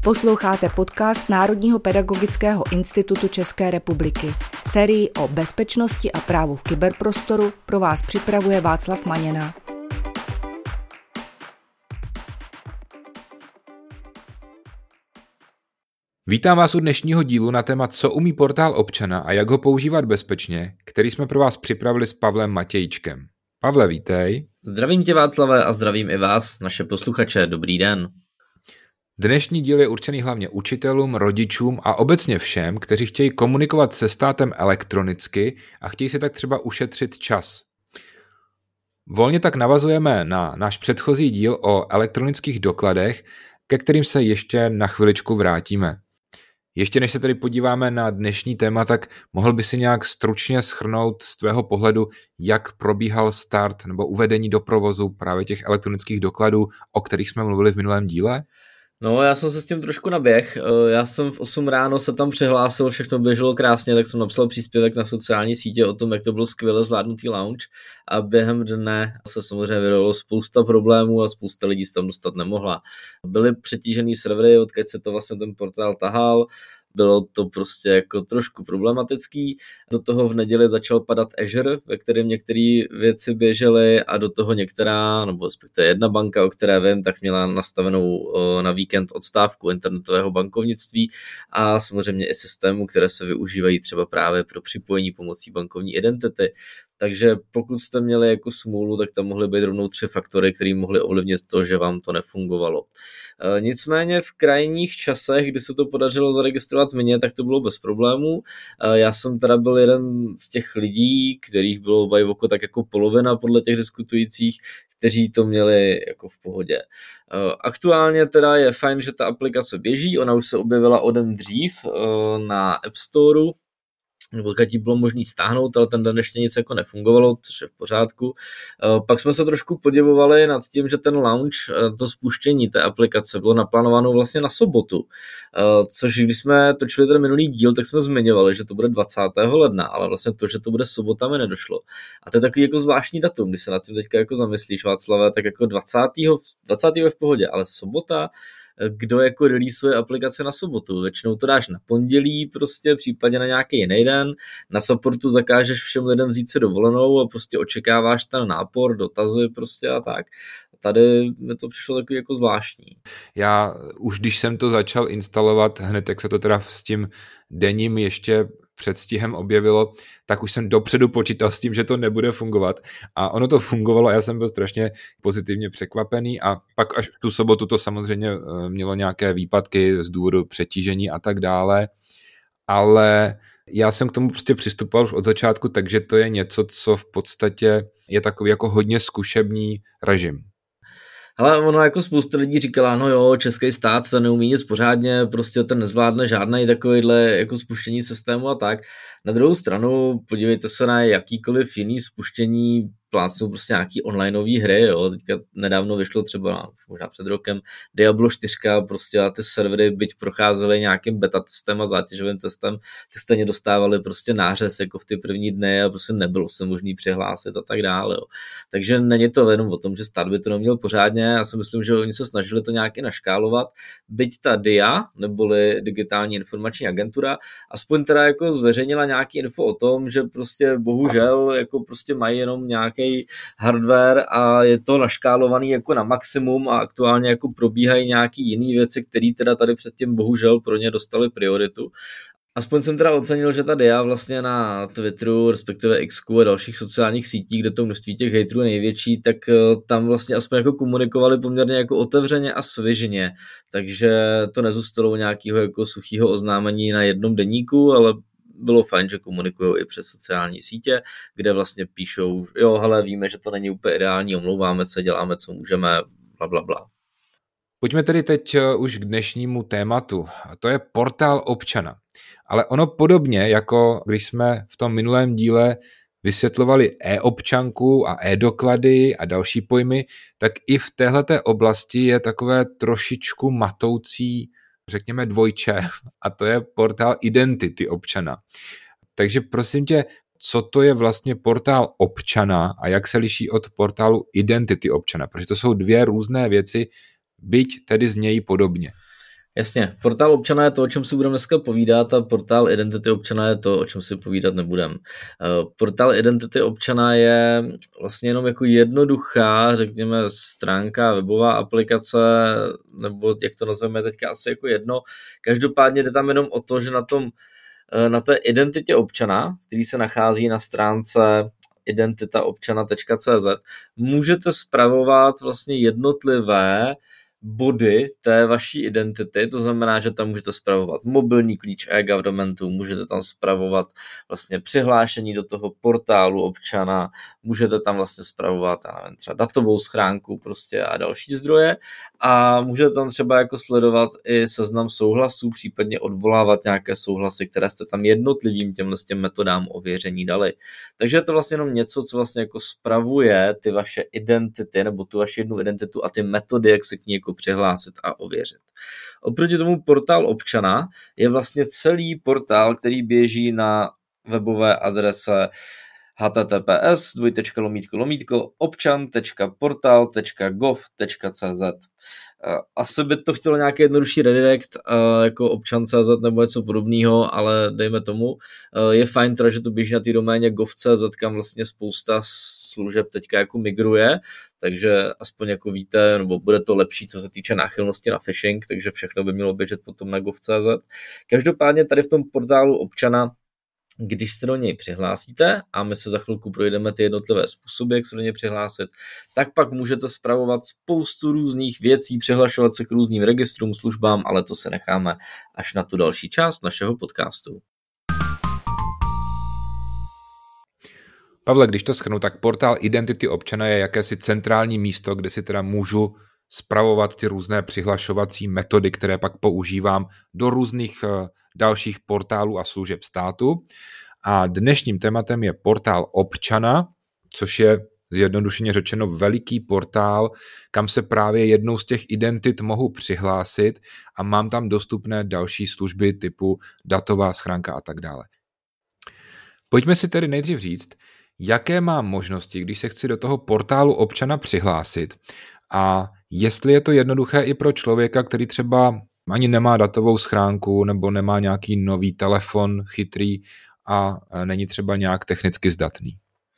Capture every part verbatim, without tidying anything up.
Posloucháte podcast Národního pedagogického institutu České republiky. Sérii o bezpečnosti a právu v kyberprostoru pro vás připravuje Václav Maněna. Vítám vás u dnešního dílu na téma, co umí portál občana a jak ho používat bezpečně, který jsme pro vás připravili s Pavlem Matějčkem. Pavle, vítej. Zdravím tě, Václave, a zdravím i vás, naše posluchače. Dobrý den. Dnešní díl je určený hlavně učitelům, rodičům a obecně všem, kteří chtějí komunikovat se státem elektronicky a chtějí si tak třeba ušetřit čas. Volně tak navazujeme na náš předchozí díl o elektronických dokladech, ke kterým se ještě na chviličku vrátíme. Ještě než se tedy podíváme na dnešní téma, tak mohl by si nějak stručně shrnout z tvého pohledu, jak probíhal start nebo uvedení do provozu právě těch elektronických dokladů, o kterých jsme mluvili v minulém díle? No, já jsem se s tím trošku naběh. Já jsem v osm ráno se tam přihlásil, všechno běželo krásně, tak jsem napsal příspěvek na sociální sítě o tom, jak to byl skvěle zvládnutý launch a během dne se samozřejmě vyrojilo spousta problémů a spousta lidí se tam dostat nemohla. Byly přetížený servery, odkud se to vlastně ten portál tahal. Bylo to prostě jako trošku problematický. Do toho v neděli začal padat Azure, ve kterém některé věci běžely a do toho některá, nebo respektive jedna banka, o které vím, tak měla nastavenou na víkend odstávku internetového bankovnictví a samozřejmě i systémů, které se využívají třeba právě pro připojení pomocí bankovní identity. Takže pokud jste měli jako smůlu, tak tam mohly být rovnou tři faktory, které mohly ovlivnit to, že vám to nefungovalo. E, nicméně v krajních časech, kdy se to podařilo zaregistrovat mně, tak to bylo bez problémů. E, já jsem teda byl jeden z těch lidí, kterých bylo bajvoko tak jako polovina podle těch diskutujících, kteří to měli jako v pohodě. E, aktuálně teda je fajn, že ta aplikace běží, ona už se objevila o den dřív e, na App Storeu, odkud bylo možný stáhnout, ale ten den ještě nic jako nefungovalo, což je v pořádku. Pak jsme se trošku podivovali nad tím, že ten launch, to spuštění té aplikace bylo naplánováno vlastně na sobotu, což když jsme točili ten minulý díl, tak jsme zmiňovali, že to bude dvacátého ledna, ale vlastně to, že to bude sobota, mi nedošlo. A to je takový jako zvláštní datum, když se nad tím teďka jako zamyslíš, Václave, tak jako dvacátého dvacátého je v pohodě, ale sobota, kdo jako releaseuje aplikace na sobotu. Většinou to dáš na pondělí prostě, případně na nějaký jiný den. Na supportu zakážeš všem lidem vzít si dovolenou a prostě očekáváš ten nápor, dotazy prostě a tak. Tady mi to přišlo takový jako zvláštní. Já už když jsem to začal instalovat hned, jak se to teda s tím denním ještě předstihem objevilo, tak už jsem dopředu počítal s tím, že to nebude fungovat a ono to fungovalo a já jsem byl strašně pozitivně překvapený a pak až v tu sobotu to samozřejmě mělo nějaké výpadky z důvodu přetížení a tak dále, ale já jsem k tomu prostě přistupoval už od začátku, takže to je něco, co v podstatě je takový jako hodně zkušební režim. Ale ono jako spousta lidí říkala, no jo, český stát to neumí nic pořádně, prostě ten nezvládne žádný takovýhle jako spuštění systému a tak. Na druhou stranu podívejte se na jakýkoliv jiný spuštění, plácnou prostě nějaký onlineový hry, jo. Teďka nedávno vyšlo třeba, možná před rokem, Diablo čtyři, prostě a ty servery, byť procházely nějakým beta testem a zátěžovým testem, ty stejně dostávali prostě nářez jako v ty první dny a prostě nebylo se možný přihlásit a tak dále, jo. Takže není to jenom o tom, že stát by to neměl pořádně, já si myslím, že oni se snažili to nějaký naškálovat, byť ta D I A, neboli Digitální informační agentura, aspoň teda jako zveřejnila nějaký info o tom, že prostě bohužel jako prostě mají jenom nějaký hardware a je to naškálovaný jako na maximum a aktuálně jako probíhají nějaký jiný věci, které teda tady předtím bohužel pro ně dostaly prioritu. Aspoň jsem teda ocenil, že ta D I A vlastně na Twitteru, respektive X-ku a dalších sociálních sítích, kde to množství těch hejtrů největší, tak tam vlastně aspoň jako komunikovali poměrně jako otevřeně a svižně, takže to nezůstalo nějakého jako suchého oznámení na jednom deníku, ale bylo fajn, že komunikují i přes sociální sítě, kde vlastně píšou, jo, hele, víme, že to není úplně ideální, omlouváme se, děláme, co můžeme, bla, bla, bla. Pojďme tedy teď už k dnešnímu tématu. To je portál občana. Ale ono podobně, jako když jsme v tom minulém díle vysvětlovali e-občanku a e-doklady a další pojmy, tak i v téhleté oblasti je takové trošičku matoucí, řekněme dvojče, a to je portál identity občana. Takže prosím tě, co to je vlastně portál občana a jak se liší od portálu identity občana, protože to jsou dvě různé věci, byť tedy znějí podobně. Jasně, portál občana je to, o čem si budeme dneska povídat, a portál identity občana je to, o čem si povídat nebudeme. Portál identity občana je vlastně jenom jako jednoduchá, řekněme, stránka, webová aplikace, nebo jak to nazveme teďka, asi jako jedno. Každopádně jde tam jenom o to, že na tom, na té identitě občana, který se nachází na stránce identita občana tečka cé zet, můžete spravovat vlastně jednotlivé body té vaší identity, to znamená, že tam můžete spravovat mobilní klíč e-governmentu, můžete tam spravovat vlastně přihlášení do toho portálu občana, můžete tam vlastně spravovat, já nevím, třeba datovou schránku prostě a další zdroje a můžete tam třeba jako sledovat i seznam souhlasů, případně odvolávat nějaké souhlasy, které jste tam jednotlivým těmhle s těm metodám ověření dali. Takže je to vlastně jenom něco, co vlastně jako spravuje ty vaše identity nebo tu vaši jednu identitu a ty metody, jak se k ní jako přihlásit a ověřit. Oproti tomu portál občana je vlastně celý portál, který běží na webové adrese https dvojtečka lomítko lomítko občan tečka portal tečka gov tečka cz. Asi by to chtělo nějaký jednodušší redirect jako občan tečka cé zet nebo něco podobného, ale dejme tomu. Je fajn teda, že to běží na té doméně gov tečka cé zet, kam vlastně spousta služeb teďka jako migruje, takže aspoň jako víte, nebo bude to lepší, co se týče náchylnosti na phishing, takže všechno by mělo běžet potom na gov tečka cé zet. Každopádně tady v tom portálu občana, když se do něj přihlásíte, a my se za chvilku projdeme ty jednotlivé způsoby, jak se do něj přihlásit, tak pak můžete spravovat spoustu různých věcí, přihlašovat se k různým registrům, službám, ale to se necháme až na tu další část našeho podcastu. Pavle, když to shrnu, tak portál identity občana je jakési centrální místo, kde si teda můžu spravovat ty různé přihlašovací metody, které pak používám do různých dalších portálů a služeb státu. A dnešním tématem je portál občana, což je zjednodušeně řečeno veliký portál, kam se právě jednou z těch identit mohu přihlásit a mám tam dostupné další služby typu datová schránka a tak dále. Pojďme si tedy nejdřív říct, jaké mám možnosti, když se chci do toho portálu občana přihlásit a jestli je to jednoduché i pro člověka, který třeba ani nemá datovou schránku nebo nemá nějaký nový telefon chytrý a není třeba nějak technicky zdatný.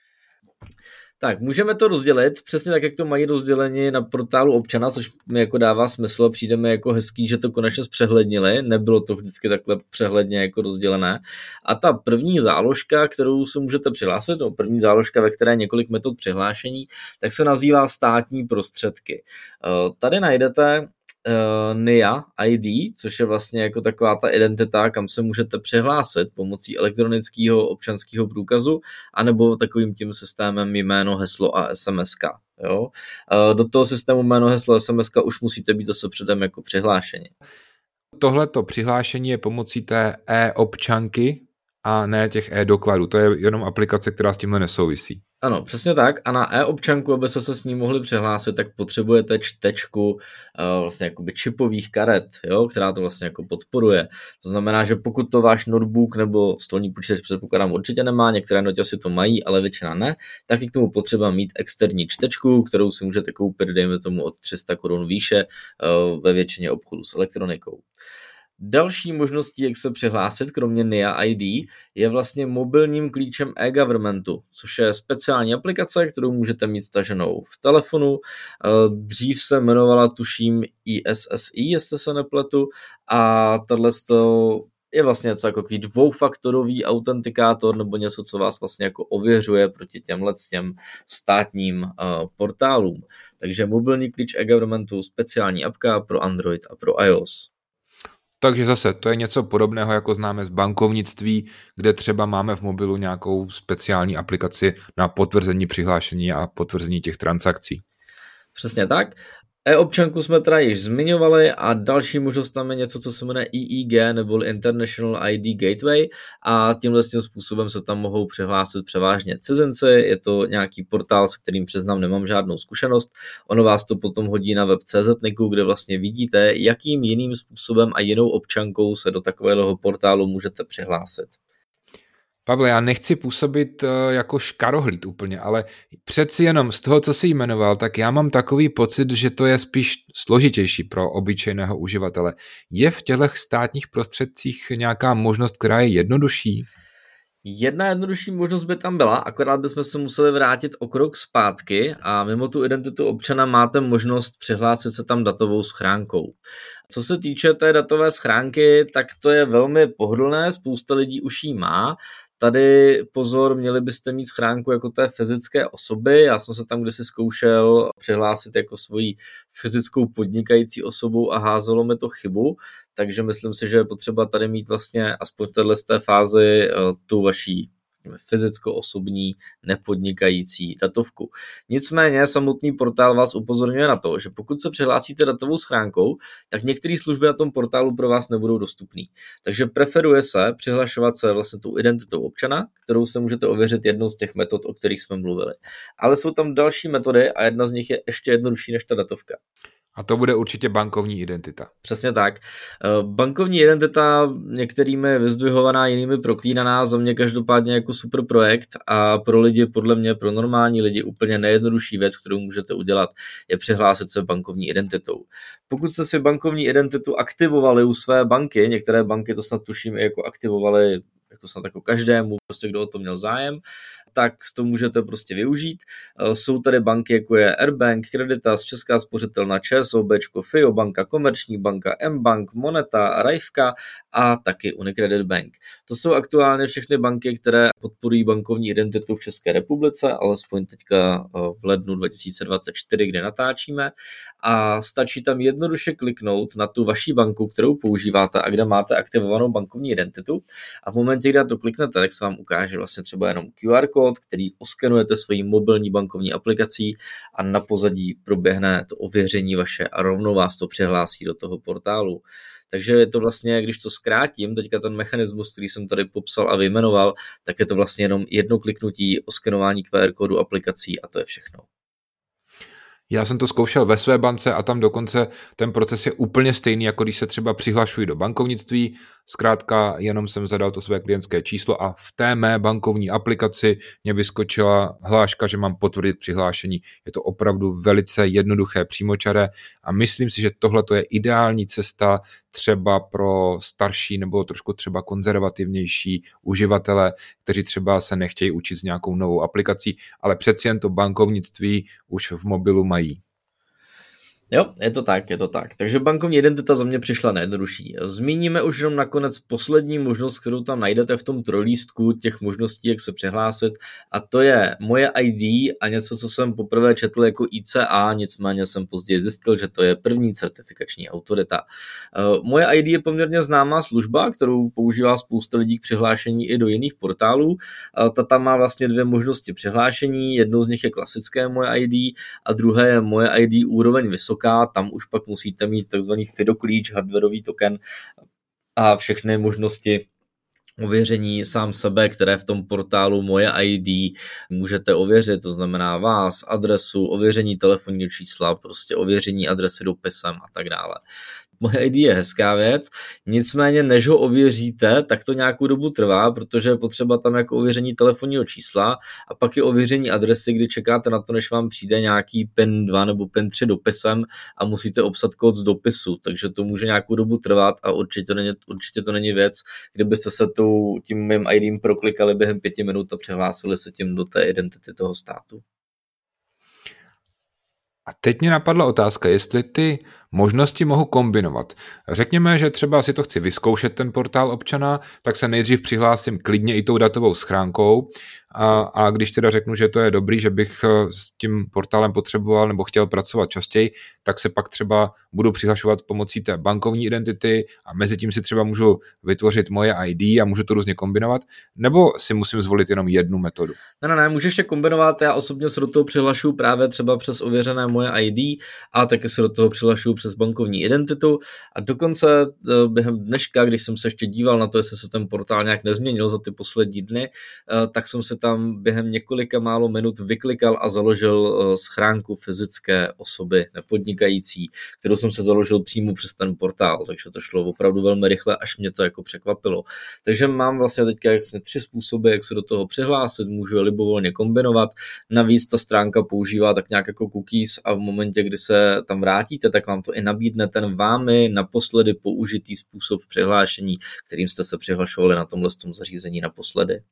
Tak, můžeme to rozdělit, přesně tak, jak to mají rozděleni na portálu občana, což mi jako dává smysl, přijdeme jako hezký, že to konečně zpřehlednili, nebylo to vždycky takhle přehledně jako rozdělené. A ta první záložka, kterou se můžete přihlásit, no první záložka, ve které je několik metod přihlášení, tak se nazývá státní prostředky. Tady najdete Uh, N I A I D, což je vlastně jako taková ta identita, kam se můžete přihlásit pomocí elektronického občanského průkazu, anebo takovým tím systémem jméno, heslo a es em eska. Jo? Uh, do toho systému jméno, heslo, es em eska už musíte být zase předem jako přihlášeni. Tohleto přihlášení je pomocí té e-občanky a ne těch e-dokladů. To je jenom aplikace, která s tímhle nesouvisí. Ano, přesně tak. A na e-občanku, aby se se s ní mohli přihlásit, tak potřebujete čtečku uh, vlastně jakoby čipových karet, jo, která to vlastně jako podporuje. To znamená, že pokud to váš notebook nebo stolní počítač předpokládám určitě nemá, některé notě si to mají, ale většina ne, tak je k tomu potřeba mít externí čtečku, kterou si můžete koupit, dejme tomu od tři sta korun výše uh, ve většině obchodů s elektronikou. Další možností, jak se přihlásit, kromě N I A I D, je vlastně mobilním klíčem e-governmentu, což je speciální aplikace, kterou můžete mít staženou v telefonu. Dřív se jmenovala, tuším, I S S I, jestli se nepletu, a tohleto je vlastně něco jako dvoufaktorový autentikátor nebo něco, co vás vlastně jako ověřuje proti těmhle těm státním uh, portálům. Takže mobilní klíč e-governmentu, speciální apka pro Android a pro iOS. Takže zase to je něco podobného, jako známe z bankovnictví, kde třeba máme v mobilu nějakou speciální aplikaci na potvrzení přihlášení a potvrzení těch transakcí. Přesně tak. E-občanku jsme teda již zmiňovali a další možnost tam je něco, co se jmenuje I I G nebo International I D Gateway a tímhle tím způsobem se tam mohou přihlásit převážně cizinci. Je to nějaký portál, s kterým přiznám nemám žádnou zkušenost. Ono vás to potom hodí na web tečka cé zet niku, kde vlastně vidíte, jakým jiným způsobem a jinou občankou se do takového portálu můžete přihlásit. Pavle, já nechci působit jako škarohlíd úplně, ale přeci jenom z toho, co jsi jmenoval, tak já mám takový pocit, že to je spíš složitější pro obyčejného uživatele. Je v těchto státních prostředcích nějaká možnost, která je jednodušší? Jedna jednodušší možnost by tam byla, akorát bychom se museli vrátit o krok zpátky a mimo tu identitu občana máte možnost přihlásit se tam datovou schránkou. Co se týče té datové schránky, tak to je velmi pohodlné, spousta lidí už ji má. Tady pozor, měli byste mít schránku jako té fyzické osoby. Já jsem se tam kdysi zkoušel přihlásit jako svoji fyzickou podnikající osobou a házelo mi to chybu, takže myslím si, že je potřeba tady mít vlastně aspoň v této té fázi tu vaší fyzicko-osobní nepodnikající datovku. Nicméně samotný portál vás upozorňuje na to, že pokud se přihlásíte datovou schránkou, tak některé služby na tom portálu pro vás nebudou dostupné. Takže preferuje se přihlašovat se vlastně tou identitou občana, kterou se můžete ověřit jednou z těch metod, o kterých jsme mluvili. Ale jsou tam další metody a jedna z nich je ještě jednodušší než ta datovka. A to bude určitě bankovní identita. Přesně tak. Bankovní identita některými vyzdvihovaná, jinými proklínaná, za mě každopádně jako super projekt a pro lidi, podle mě, pro normální lidi úplně nejjednodušší věc, kterou můžete udělat, je přihlásit se bankovní identitou. Pokud jste si bankovní identitu aktivovali u své banky, některé banky to snad tuším i jako aktivovali jako snad jako každému, prostě kdo o to měl zájem, tak to můžete prostě využít. Jsou tady banky, jako je Airbank, Creditas, Česká spořitelna, ČSOB, FIO banka, Komerční banka, M-bank, Moneta, Rajvka a taky Unicredit Bank. To jsou aktuálně všechny banky, které podporují bankovní identitu v České republice, alespoň teďka v lednu dva tisíce dvacet čtyři, kde natáčíme. A stačí tam jednoduše kliknout na tu vaši banku, kterou používáte a kde máte aktivovanou bankovní identitu. A v momentě, kdy na to kliknete, tak se vám ukáže vlastně třeba jenom Q R kód, který oskenujete svojí mobilní bankovní aplikací a na pozadí proběhne to ověření vaše a rovnou vás to přihlásí do toho portálu. Takže je to vlastně, když to zkrátím, teďka ten mechanismus, který jsem tady popsal a vyjmenoval, tak je to vlastně jenom jedno kliknutí, oskenování Q R kódu aplikací a to je všechno. Já jsem to zkoušel ve své bance a tam dokonce ten proces je úplně stejný, jako když se třeba přihlašuji do bankovnictví. Zkrátka jenom jsem zadal to své klientské číslo a v té mé bankovní aplikaci mě vyskočila hláška, že mám potvrdit přihlášení. Je to opravdu velice jednoduché, přímočaré a myslím si, že tohle je ideální cesta třeba pro starší nebo trošku třeba konzervativnější uživatele, kteří třeba se nechtějí učit s nějakou novou aplikací, ale přeci jen to bankovnictví už v mobilu mají. Jo, je to tak, je to tak. Takže bankovní identita za mě přišla nejjednodušší. Zmíníme už jenom nakonec poslední možnost, kterou tam najdete v tom trojlístku těch možností, jak se přihlásit, a to je moje I D a něco, co jsem poprvé četl jako I C A, nicméně jsem později zjistil, že to je první certifikační autorita. Moje I D je poměrně známá služba, kterou používá spousta lidí k přihlášení i do jiných portálů. Ta tam má vlastně dvě možnosti přihlášení, jednou z nich je klasické moje I D a druhé je moje I D úroveň vysoká. Tam už pak musíte mít takzvaný F I D O klíč, hardwareový token a všechny možnosti ověření sám sebe, které v tom portálu moje I D můžete ověřit, to znamená vás, adresu, ověření telefonního čísla, prostě ověření adresy dopisem a tak dále. Moje I D je hezká věc, nicméně než ho ověříte, tak to nějakou dobu trvá, protože je potřeba tam jako ověření telefonního čísla a pak je ověření adresy, kdy čekáte na to, než vám přijde nějaký P I N dva nebo P I N tři dopisem a musíte obsat kód z dopisu, takže to může nějakou dobu trvat a určitě to není, určitě to není věc, kdybyste se tu, tím mým I D proklikali během pěti minut a přihlásili se tím do té identity toho státu. A teď mě napadla otázka, jestli ty možnosti mohu kombinovat. Řekněme, že třeba si to chci vyzkoušet ten portál občana, tak se nejdřív přihlásím klidně i tou datovou schránkou a, a když teda řeknu, že to je dobrý, že bych s tím portálem potřeboval nebo chtěl pracovat častěji, tak se pak třeba budu přihlašovat pomocí té bankovní identity a mezi tím si třeba můžu vytvořit moje I D a můžu to různě kombinovat, nebo si musím zvolit jenom jednu metodu? Ne, ne, ne, můžeš je kombinovat, já osobně se do toho přihlašuju právě třeba přes ověřené moje I D a taky se do toho přihlašuju přes bankovní identitu a dokonce během dneška, když jsem se ještě díval na to, jestli se ten portál nějak nezměnil za ty poslední dny, tak jsem se tam během několika málo minut vyklikal a založil schránku fyzické osoby nepodnikající, kterou jsem se založil přímo přes ten portál, takže to šlo opravdu velmi rychle, až mě to jako překvapilo. Takže mám vlastně teďka tři způsoby, jak se do toho přihlásit, můžu je libovolně kombinovat, navíc ta stránka používá tak nějak jako cookies a v momentě, kdy se tam vrátíte, tak vám to i nabídne ten vámi naposledy použitý způsob přihlášení, kterým jste se přihlašovali na tomhle tom zařízení naposledy.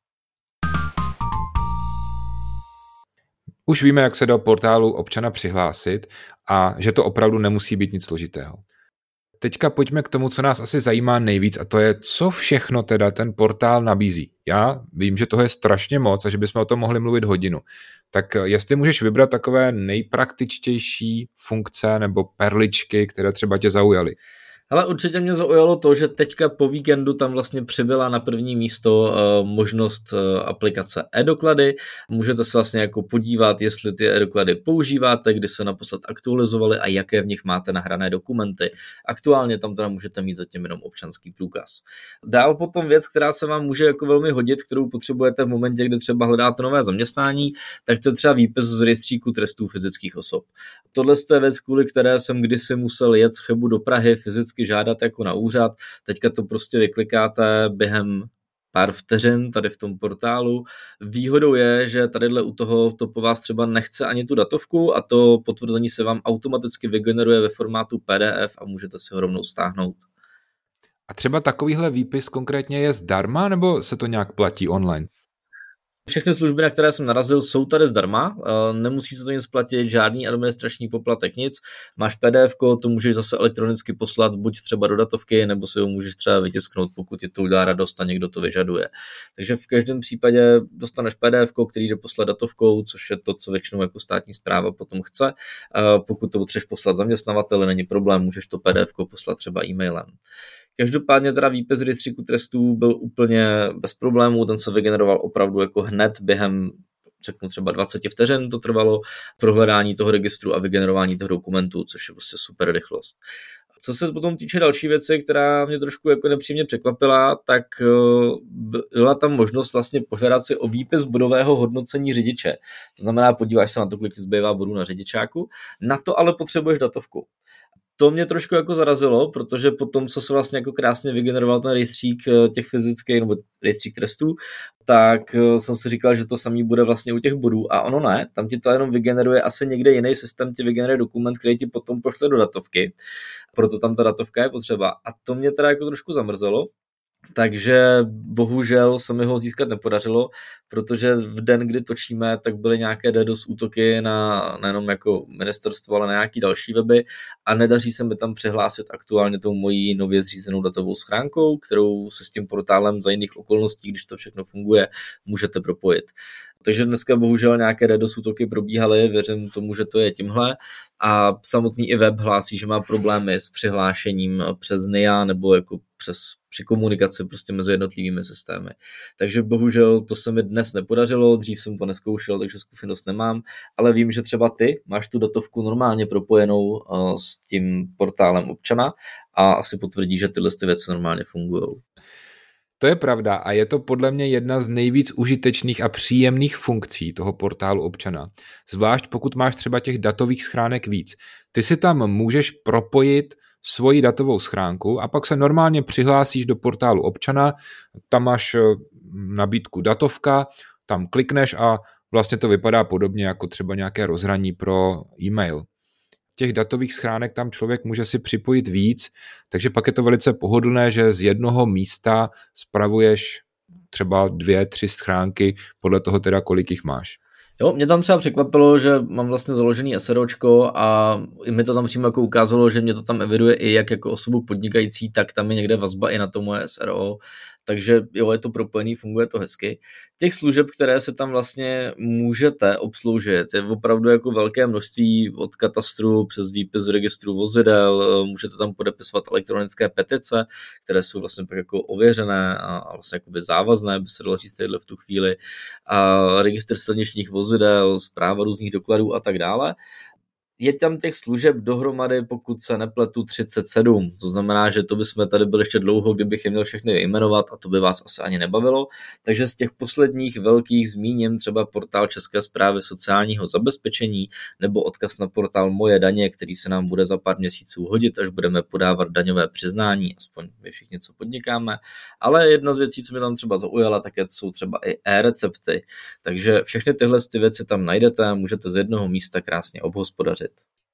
Už víme, jak se do portálu občana přihlásit a že to opravdu nemusí být nic složitého. Teďka pojďme k tomu, co nás asi zajímá nejvíc, a to je, co všechno teda ten portál nabízí. Já vím, že toho je strašně moc a že bychom o tom mohli mluvit hodinu. Tak jestli můžeš vybrat takové nejpraktičtější funkce nebo perličky, které třeba tě zaujaly. Ale určitě mě zaujalo to, že teďka po víkendu tam vlastně přibyla na první místo uh, možnost uh, aplikace e-doklady. Můžete se vlastně jako podívat, jestli ty e-doklady používáte, kdy se naposled aktualizovaly a jaké v nich máte nahrané dokumenty. Aktuálně tam teda můžete mít zatím jenom občanský průkaz. Dál potom věc, která se vám může jako velmi hodit, kterou potřebujete v momentě, kdy třeba hledáte nové zaměstnání, tak to je třeba výpis z rejstříku trestů fyzických osob. Tohle je věc, kvůli které jsem kdysi musel jet z Chebu do Prahy fyzicky žádat jako na úřad. Teďka to prostě vyklikáte během pár vteřin tady v tom portálu. Výhodou je, že tadyhle u toho to po vás třeba nechce ani tu datovku a to potvrzení se vám automaticky vygeneruje ve formátu P D F a můžete si ho rovnou stáhnout. A třeba takovýhle výpis konkrétně je zdarma, nebo se to nějak platí online? Všechny služby, na které jsem narazil, jsou tady zdarma, nemusí se to nic platit, žádný administrační poplatek, nic. Máš P D F, to můžeš zase elektronicky poslat, buď třeba do datovky, nebo si ho můžeš třeba vytisknout, pokud ti to udělá radost a někdo to vyžaduje. Takže v každém případě dostaneš P D F, který jde poslat datovkou, což je to, co většinou jako státní správa potom chce. Pokud to potřebuješ poslat zaměstnavateli, není problém, můžeš to P D F poslat třeba e-mailem. Každopádně teda výpis z rejstříku trestů byl úplně bez problémů, ten se vygeneroval opravdu jako hned během, řeknu třeba dvacet vteřin to trvalo, prohledání toho registru a vygenerování toho dokumentu, což je prostě super rychlost. Co se potom týče další věci, která mě trošku jako nepříjemně překvapila, tak byla tam možnost vlastně požádat si o výpis bodového hodnocení řidiče. To znamená, podíváš se na to, kolik ti zbývá bodů na řidičáku, na to ale potřebuješ datovku. To mě trošku jako zarazilo, protože potom, co se vlastně jako krásně vygeneroval ten rejstřík těch fyzických, nebo rejstřík trestů, tak jsem si říkal, že to samý bude vlastně u těch bodů a ono ne, tam ti to jenom vygeneruje asi někde jiný systém, ti vygeneruje dokument, který ti potom pošle do datovky, proto tam ta datovka je potřeba a to mě teda jako trošku zamrzelo. Takže bohužel se mi ho získat nepodařilo, protože v den, kdy točíme, tak byly nějaké DDoS útoky na nejenom jako ministerstvo, ale na nějaký další weby a nedaří se mi tam přihlásit aktuálně tou mojí nově zřízenou datovou schránkou, kterou se s tím portálem za jiných okolností, když to všechno funguje, můžete propojit. Takže dneska bohužel nějaké DDoS útoky probíhaly, věřím tomu, že to je tímhle a samotný i web hlásí, že má problémy s přihlášením přes N I A nebo jako přes při komunikaci prostě mezi jednotlivými systémy. Takže bohužel to se mi dnes nepodařilo, dřív jsem to neskoušel, takže zkušenost nemám, ale vím, že třeba ty máš tu datovku normálně propojenou uh, s tím portálem občana a asi potvrdí, že tyhle ty věci normálně fungují. To je pravda a je to podle mě jedna z nejvíc užitečných a příjemných funkcí toho portálu občana. Zvlášť pokud máš třeba těch datových schránek víc. Ty si tam můžeš propojit svoji datovou schránku a pak se normálně přihlásíš do portálu občana, tam máš nabídku datovka, tam klikneš a vlastně to vypadá podobně jako třeba nějaké rozhraní pro e-mail. Těch datových schránek tam člověk může si připojit víc, takže pak je to velice pohodlné, že z jednoho místa spravuješ třeba dvě, tři schránky, podle toho teda, kolik jich máš. Jo, mě tam třeba překvapilo, že mám vlastně založený SROčko a mi to tam přímo jako ukázalo, že mě to tam eviduje i jak jako osobu podnikající, tak tam je někde vazba i na to moje S R O, takže jo, je to propojený, funguje to hezky. Těch služeb, které se tam vlastně můžete obsloužit, je opravdu jako velké množství od katastru přes výpis z registru vozidel, můžete tam podepisovat elektronické petice, které jsou vlastně pak jako ověřené a vlastně jakoby závazné, by se dalo říct v tu chvíli, a registr silničních vozidel, správa různých dokladů a tak dále. je tam těch služeb dohromady, pokud se nepletu, třicet sedm. To znamená, že to bychom tady byli ještě dlouho, kdybych je měl všechny vyjmenovat a to by vás asi ani nebavilo. Takže z těch posledních velkých zmíním třeba portál České správy sociálního zabezpečení nebo odkaz na portál Moje daně, který se nám bude za pár měsíců hodit, až budeme podávat daňové přiznání, aspoň my všichni, co podnikáme. Ale jedna z věcí, co mi tam třeba zaujala, tak jsou třeba i e-recepty. Takže všechny tyhle ty věci tam najdete a můžete z jednoho místa krásně obhospodařit.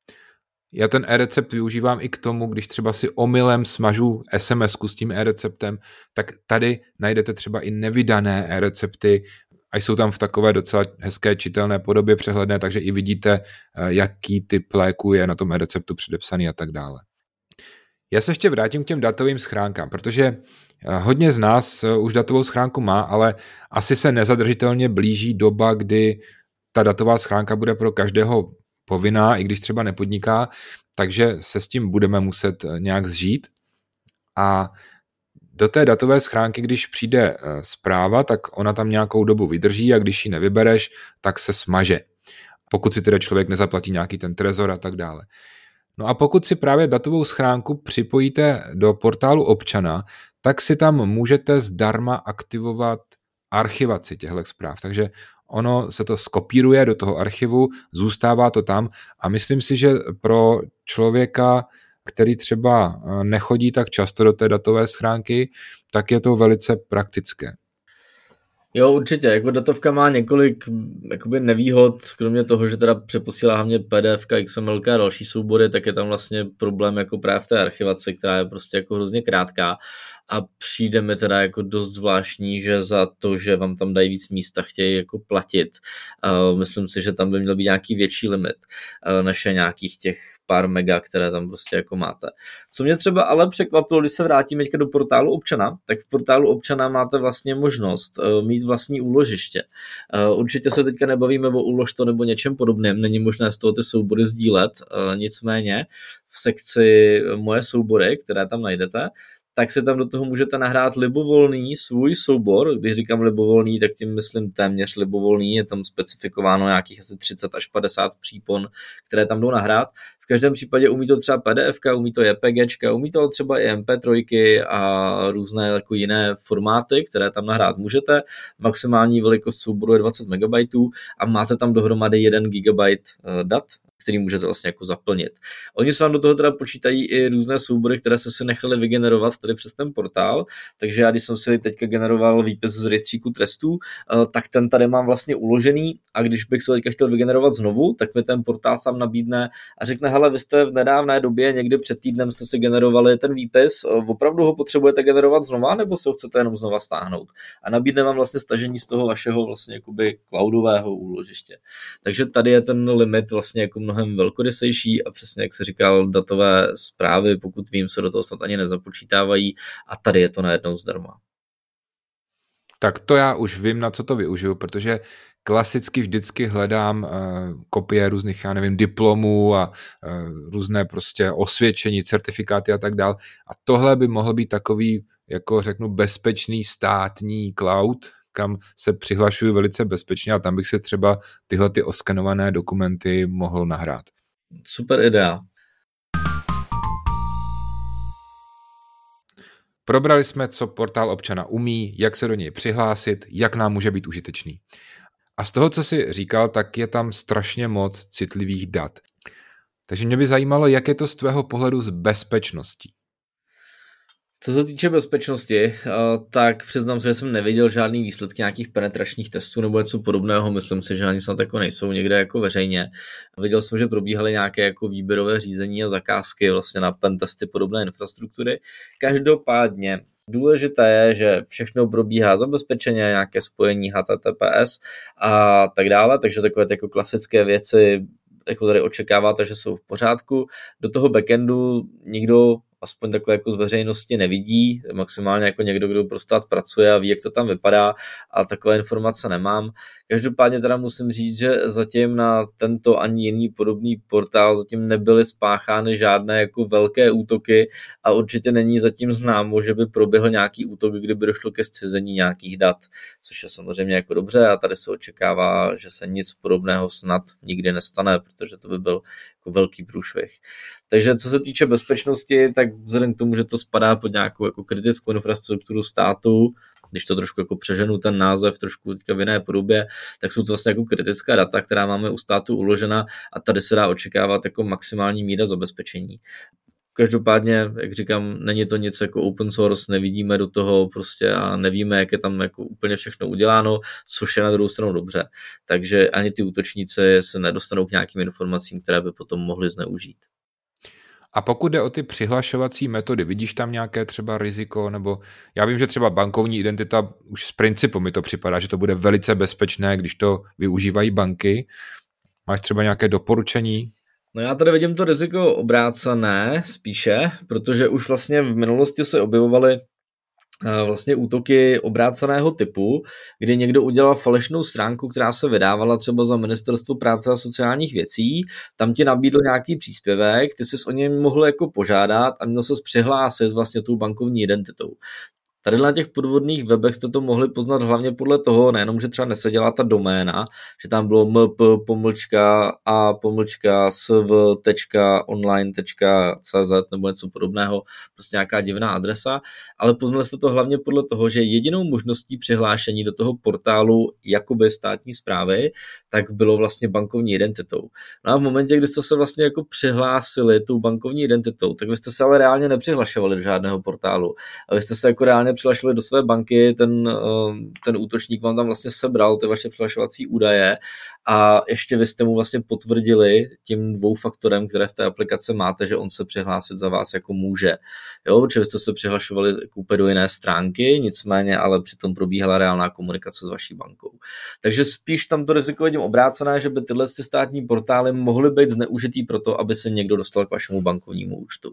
Já ten e-recept využívám i k tomu, když třeba si omylem smažu es em esku s tím e-receptem, tak tady najdete třeba i nevydané e-recepty a jsou tam v takové docela hezké čitelné podobě přehledné, takže i vidíte, jaký typ léku je na tom e-receptu předepsaný a tak dále. Já se ještě vrátím k těm datovým schránkám, protože hodně z nás už datovou schránku má, ale asi se nezadržitelně blíží doba, kdy ta datová schránka bude pro každého povinná, i když třeba nepodniká, takže se s tím budeme muset nějak zžít. A do té datové schránky, když přijde zpráva, tak ona tam nějakou dobu vydrží a když ji nevybereš, tak se smaže. Pokud si teda člověk nezaplatí nějaký ten trezor a tak dále. No a pokud si právě datovou schránku připojíte do portálu občana, tak si tam můžete zdarma aktivovat archivaci těchto zpráv. Takže ono se to skopíruje do toho archivu, zůstává to tam a myslím si, že pro člověka, který třeba nechodí tak často do té datové schránky, tak je to velice praktické. Jo, určitě, jako datovka má několik jakoby nevýhod, kromě toho, že teda přeposílá hlavně pé dé efka, iks em elka a další soubory, tak je tam vlastně problém jako právě v té archivaci, která je prostě jako hrozně krátká a přijde mi teda jako dost zvláštní, že za to, že vám tam dají víc místa, chtějí jako platit. Uh, myslím si, že tam by měl být nějaký větší limit, uh, než je nějakých těch pár mega, které tam prostě jako máte. Co mě třeba ale překvapilo, když se vrátím teďka do portálu občana, tak v portálu občana máte vlastně možnost uh, mít vlastní úložiště. Uh, určitě se teďka nebavíme o úložto nebo něčem podobném, není možné z toho ty soubory sdílet, uh, nicméně v sekci Moje soubory, které tam najdete, tak si tam do toho můžete nahrát libovolný svůj soubor. Když říkám libovolný, tak tím myslím téměř libovolný, je tam specifikováno nějakých asi třicet až padesát přípon, které tam jdou nahrát. V každém případě umí to třeba pé dé efka, umí to JPGčka, umí to třeba i em pé tři a různé jako jiné formáty, které tam nahrát můžete. Maximální velikost souboru je dvacet megabajtů a máte tam dohromady jeden gigabajt dat, který můžete vlastně jako zaplnit. Oni se vám do toho teda počítají i různé soubory, které se si nechali vygenerovat tady přes ten portál, takže já když jsem si teďka generoval výpis z rejstříku trestů, tak ten tady mám vlastně uložený a když bych se teďka chtěl vygenerovat znovu, tak mi ten portál sám nabídne a řekne, hele, vy jste v nedávné době, někdy před týdnem jste si generovali ten výpis, opravdu ho potřebujete generovat znova, nebo se ho chcete jenom znova stáhnout? A nabídne vám vlastně stažení z toho vašeho vlastně jakoby cloudového úložiště. Takže tady je ten limit vlastně jako mnohem velkorysejší a přesně jak se říkal, datové zprávy, pokud vím, se do toho snad ani nezapočítávají a tady je to najednou zdarma. Tak to já už vím, na co to využiju, protože klasicky vždycky hledám uh, kopie různých, já nevím, diplomů a uh, různé prostě osvědčení, certifikáty a tak dál. A tohle by mohl být takový, jako řeknu, bezpečný státní cloud, kam se přihlašuju velice bezpečně a tam bych si třeba tyhle ty oskenované dokumenty mohl nahrát. Super idea. Probrali jsme, co portál občana umí, jak se do něj přihlásit, jak nám může být užitečný. A z toho, co jsi říkal, tak je tam strašně moc citlivých dat. Takže mě by zajímalo, jak je to z tvého pohledu s bezpečností. Co se týče bezpečnosti, tak přiznám se, že jsem neviděl žádný výsledky nějakých penetračních testů nebo něco podobného. Myslím si, že ani snad jako nejsou někde jako veřejně. Viděl jsem, že probíhaly nějaké jako výběrové řízení a zakázky vlastně na pentesty podobné infrastruktury. Každopádně důležité je, že všechno probíhá zabezpečeně, nějaké spojení H T T P S a tak dále, takže takové jako klasické věci jako tady očekáváte, že jsou v pořádku. Do toho backendu nikdo aspoň takhle jako z veřejnosti nevidí, maximálně jako někdo, kdo pro stát pracuje a ví, jak to tam vypadá, a takové informace nemám. Každopádně teda musím říct, že zatím na tento ani jiný podobný portál zatím nebyly spáchány žádné jako velké útoky a určitě není zatím známo, že by proběhl nějaký útok, kdyby došlo ke zcizení nějakých dat, což je samozřejmě jako dobře a tady se očekává, že se nic podobného snad nikdy nestane, protože to by byl jako velký průšvih. Takže co se týče bezpečnosti, tak vzhledem k tomu, že to spadá pod nějakou jako kritickou infrastrukturu státu, když to trošku jako přeženu ten název trošku v jiné podobě, tak jsou to vlastně jako kritická data, která máme u státu uložena a tady se dá očekávat jako maximální míra zabezpečení. Každopádně, jak říkám, není to nic jako open source, nevidíme do toho prostě a nevíme, jak je tam jako úplně všechno uděláno, což je na druhou stranu dobře. Takže ani ty útočníci se nedostanou k nějakým informacím, které by potom mohli zneužít. A pokud jde o ty přihlašovací metody, vidíš tam nějaké třeba riziko, nebo já vím, že třeba bankovní identita už z principu mi to připadá, že to bude velice bezpečné, když to využívají banky. Máš třeba nějaké doporučení? No já tady vidím to riziko obrácené spíše, protože už vlastně v minulosti se objevovaly vlastně útoky obráceného typu, kdy někdo udělal falešnou stránku, která se vydávala třeba za Ministerstvo práce a sociálních věcí, tam ti nabídl nějaký příspěvek, ty jsi o něm mohl jako požádat a měl ses přihlásit vlastně tou bankovní identitou. Tady na těch podvodných webech jste to mohli poznat hlavně podle toho, nejenom, že třeba neseděla ta doména, že tam bylo mp pomlčka a pomlčka sv.online.cz nebo něco podobného, prostě nějaká divná adresa, ale poznali jste to hlavně podle toho, že jedinou možností přihlášení do toho portálu jakoby státní správy, tak bylo vlastně bankovní identitou. No a v momentě, kdy jste se vlastně jako přihlásili tou bankovní identitou, tak vy jste se ale reálně nepřihlašovali do žádného portálu. A vy jste se jako reálně přihlašovali do své banky, ten, ten útočník vám tam vlastně sebral ty vaše přihlašovací údaje a ještě vy jste mu vlastně potvrdili tím dvoufaktorem, které v té aplikaci máte, že on se přihlásit za vás jako může. Jo, protože vy jste se přihlašovali úplně do jiné stránky, nicméně ale přitom probíhala reálná komunikace s vaší bankou. Takže spíš tam to riziko vidím obrácené, že by tyhle státní portály mohly být zneužitý pro to, aby se někdo dostal k vašemu bankovnímu účtu.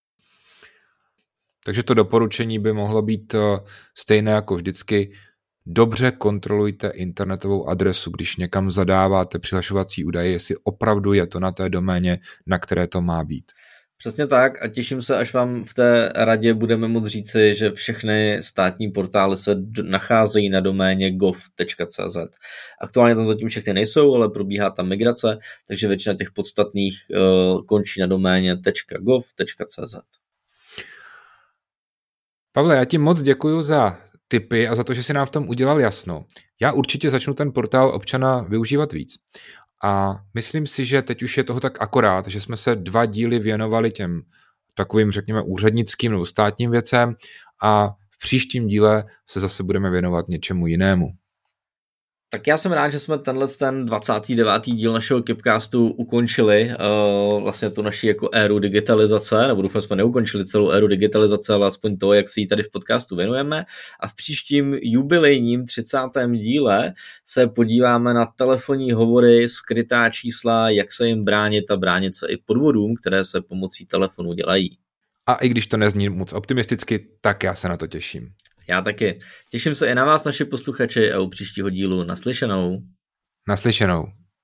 Takže to doporučení by mohlo být stejné jako vždycky. Dobře kontrolujte internetovou adresu, když někam zadáváte přihlašovací údaje, jestli opravdu je to na té doméně, na které to má být. Přesně tak a těším se, až vám v té radě budeme moct říci, že všechny státní portály se nacházejí na doméně gov tečka cé zet. Aktuálně tam zatím všechny nejsou, ale probíhá tam migrace, takže většina těch podstatných uh, končí na doméně .gov tečka cé zet. Pavle, já ti moc děkuju za tipy a za to, že jsi nám v tom udělal jasno. Já určitě začnu ten portál občana využívat víc. A myslím si, že teď už je toho tak akorát, že jsme se dva díly věnovali těm takovým, řekněme, úřednickým nebo státním věcem a v příštím díle se zase budeme věnovat něčemu jinému. Tak já jsem rád, že jsme tenhle ten dvacátý devátý díl našeho Kipcastu ukončili, uh, vlastně tu naši jako éru digitalizace, nebo doufám, jsme neukončili celou éru digitalizace, ale aspoň to, jak si ji tady v podcastu věnujeme. A v příštím jubilejním třicátém díle se podíváme na telefonní hovory, skrytá čísla, jak se jim bránit a bránit se i podvodům, které se pomocí telefonu dělají. A i když to nezní moc optimisticky, tak já se na to těším. Já taky. Těším se i na vás, naši posluchači, a u příštího dílu naslyšenou. Naslyšenou.